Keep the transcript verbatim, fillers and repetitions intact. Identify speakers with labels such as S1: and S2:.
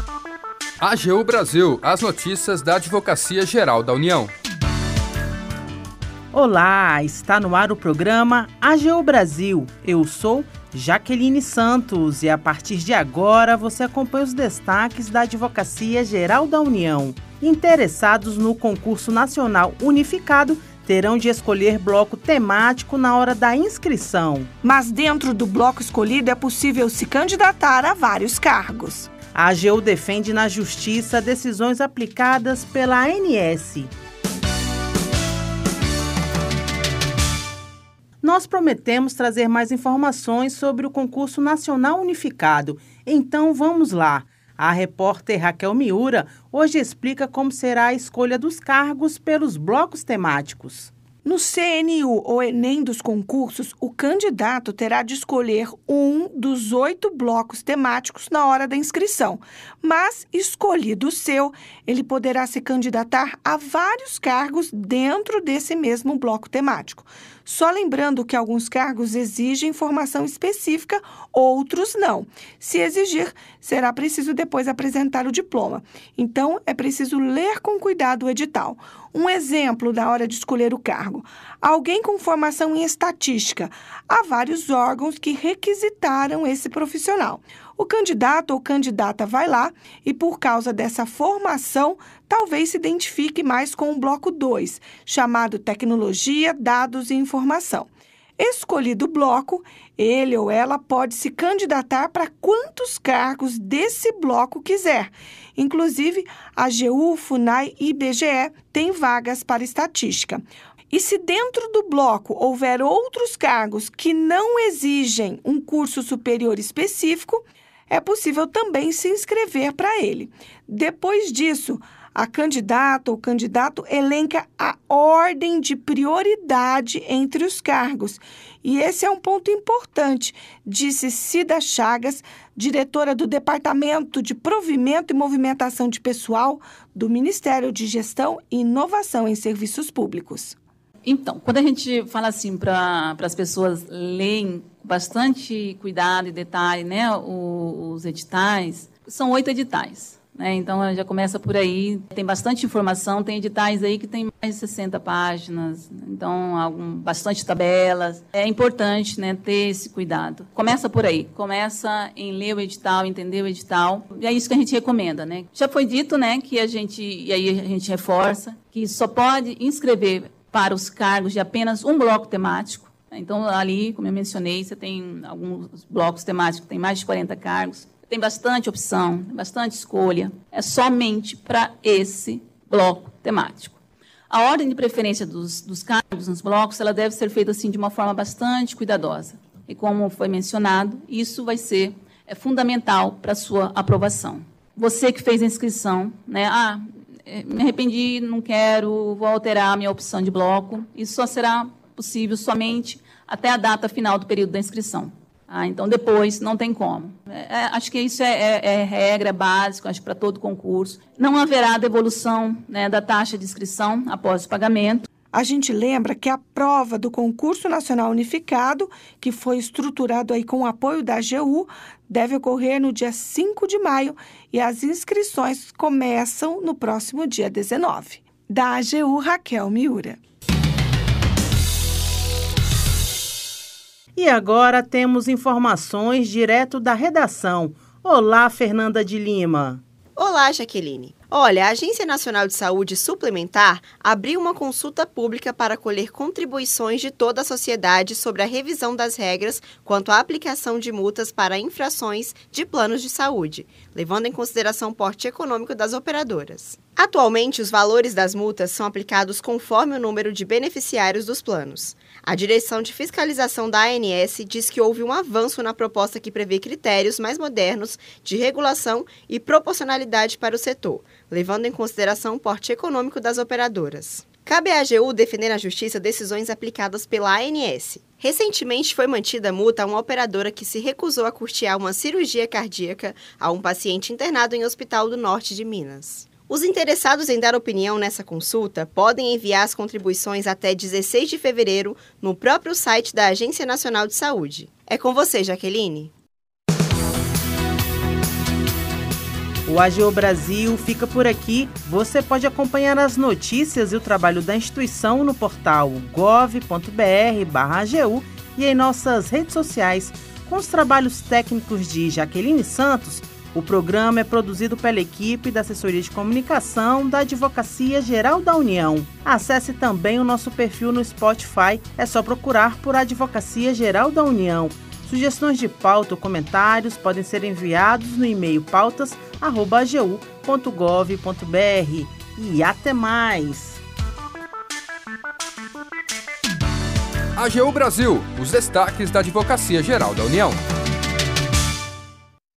S1: A G U Brasil, as notícias da Advocacia Geral da União.
S2: Olá, está no ar o programa A G U Brasil. Eu sou Jaqueline Santos e a partir de agora você acompanha os destaques da Advocacia Geral da União. Interessados no concurso nacional unificado terão de escolher bloco temático na hora da inscrição.
S3: Mas dentro do bloco escolhido é possível se candidatar a vários cargos.
S2: A AGU defende na Justiça decisões aplicadas pela A N S. Nós prometemos trazer mais informações sobre o concurso nacional unificado. Então vamos lá. A repórter Raquel Miura hoje explica como será a escolha dos cargos pelos blocos temáticos.
S3: No C N U ou Enem dos concursos, o candidato terá de escolher um dos oito blocos temáticos na hora da inscrição. Mas, escolhido o seu, ele poderá se candidatar a vários cargos dentro desse mesmo bloco temático. Só lembrando que alguns cargos exigem formação específica, outros não. Se exigir, será preciso depois apresentar o diploma. Então, é preciso ler com cuidado o edital. Um exemplo na hora de escolher o cargo. Alguém com formação em estatística. Há vários órgãos que requisitaram esse profissional. O candidato ou candidata vai lá e, por causa dessa formação, talvez se identifique mais com o bloco dois, chamado Tecnologia, Dados e Informação. Escolhido o bloco, ele ou ela pode se candidatar para quantos cargos desse bloco quiser. Inclusive, a AGU, FUNAI e I B G E têm vagas para estatística. E se dentro do bloco houver outros cargos que não exigem um curso superior específico, é possível também se inscrever para ele. Depois disso, a candidata ou candidato elenca a ordem de prioridade entre os cargos. E esse é um ponto importante, disse Cida Chagas, diretora do Departamento de Provimento e Movimentação de Pessoal do Ministério de Gestão e Inovação em Serviços Públicos.
S4: Então, quando a gente fala assim para as pessoas lerem com bastante cuidado e detalhe, né, os, os editais, são oito editais. Né? Então, já começa por aí. Tem bastante informação, tem editais aí que tem mais de sessenta páginas, então, algum, bastante tabelas. É importante, né, ter esse cuidado. Começa por aí. Começa em ler o edital, entender o edital. E é isso que a gente recomenda. Né? Já foi dito, né, que a gente, e aí a gente reforça, que só pode inscrever para os cargos de apenas um bloco temático. Então, ali, como eu mencionei, você tem alguns blocos temáticos que tem mais de quarenta cargos. Tem bastante opção, bastante escolha. É somente para esse bloco temático. A ordem de preferência dos, dos cargos nos blocos ela deve ser feita assim, de uma forma bastante cuidadosa. E como foi mencionado, isso vai ser é, fundamental para a sua aprovação. Você que fez a inscrição, né? Ah, me arrependi, não quero, vou alterar a minha opção de bloco. Isso só será possível somente até a data final do período da inscrição. Ah, então, depois, não tem como. É, acho que isso é, é, é regra básica, acho, para todo concurso. Não haverá devolução, né, da taxa de inscrição após o pagamento.
S3: A gente lembra que a prova do Concurso Nacional Unificado, que foi estruturado aí com o apoio da AGU, deve ocorrer no dia cinco de maio e as inscrições começam no próximo dia dezenove. Da AGU, Raquel Miura.
S2: E agora temos informações direto da redação. Olá, Fernanda de Lima.
S5: Olá, Jaqueline. Olha, a Agência Nacional de Saúde Suplementar abriu uma consulta pública para colher contribuições de toda a sociedade sobre a revisão das regras quanto à aplicação de multas para infrações de planos de saúde, levando em consideração o porte econômico das operadoras. Atualmente, os valores das multas são aplicados conforme o número de beneficiários dos planos. A Direção de Fiscalização da A N S diz que houve um avanço na proposta que prevê critérios mais modernos de regulação e proporcionalidade para o setor, levando em consideração o porte econômico das operadoras. Cabe à AGU defender na Justiça decisões aplicadas pela A N S. Recentemente foi mantida multa a uma operadora que se recusou a custear uma cirurgia cardíaca a um paciente internado em Hospital do Norte de Minas. Os interessados em dar opinião nessa consulta podem enviar as contribuições até dezesseis de fevereiro no próprio site da Agência Nacional de Saúde. É com você, Jaqueline.
S2: O A G U Brasil fica por aqui. Você pode acompanhar as notícias e o trabalho da instituição no portal gov ponto br barra A G U e em nossas redes sociais. Com os trabalhos técnicos de Jaqueline Santos, o programa é produzido pela equipe da Assessoria de Comunicação da Advocacia Geral da União. Acesse também o nosso perfil no Spotify. É só procurar por Advocacia Geral da União. Sugestões de pauta ou comentários podem ser enviados no e-mail pautas arroba a g u ponto gov ponto br. E até mais!
S1: A G U Brasil, os destaques da Advocacia Geral da União.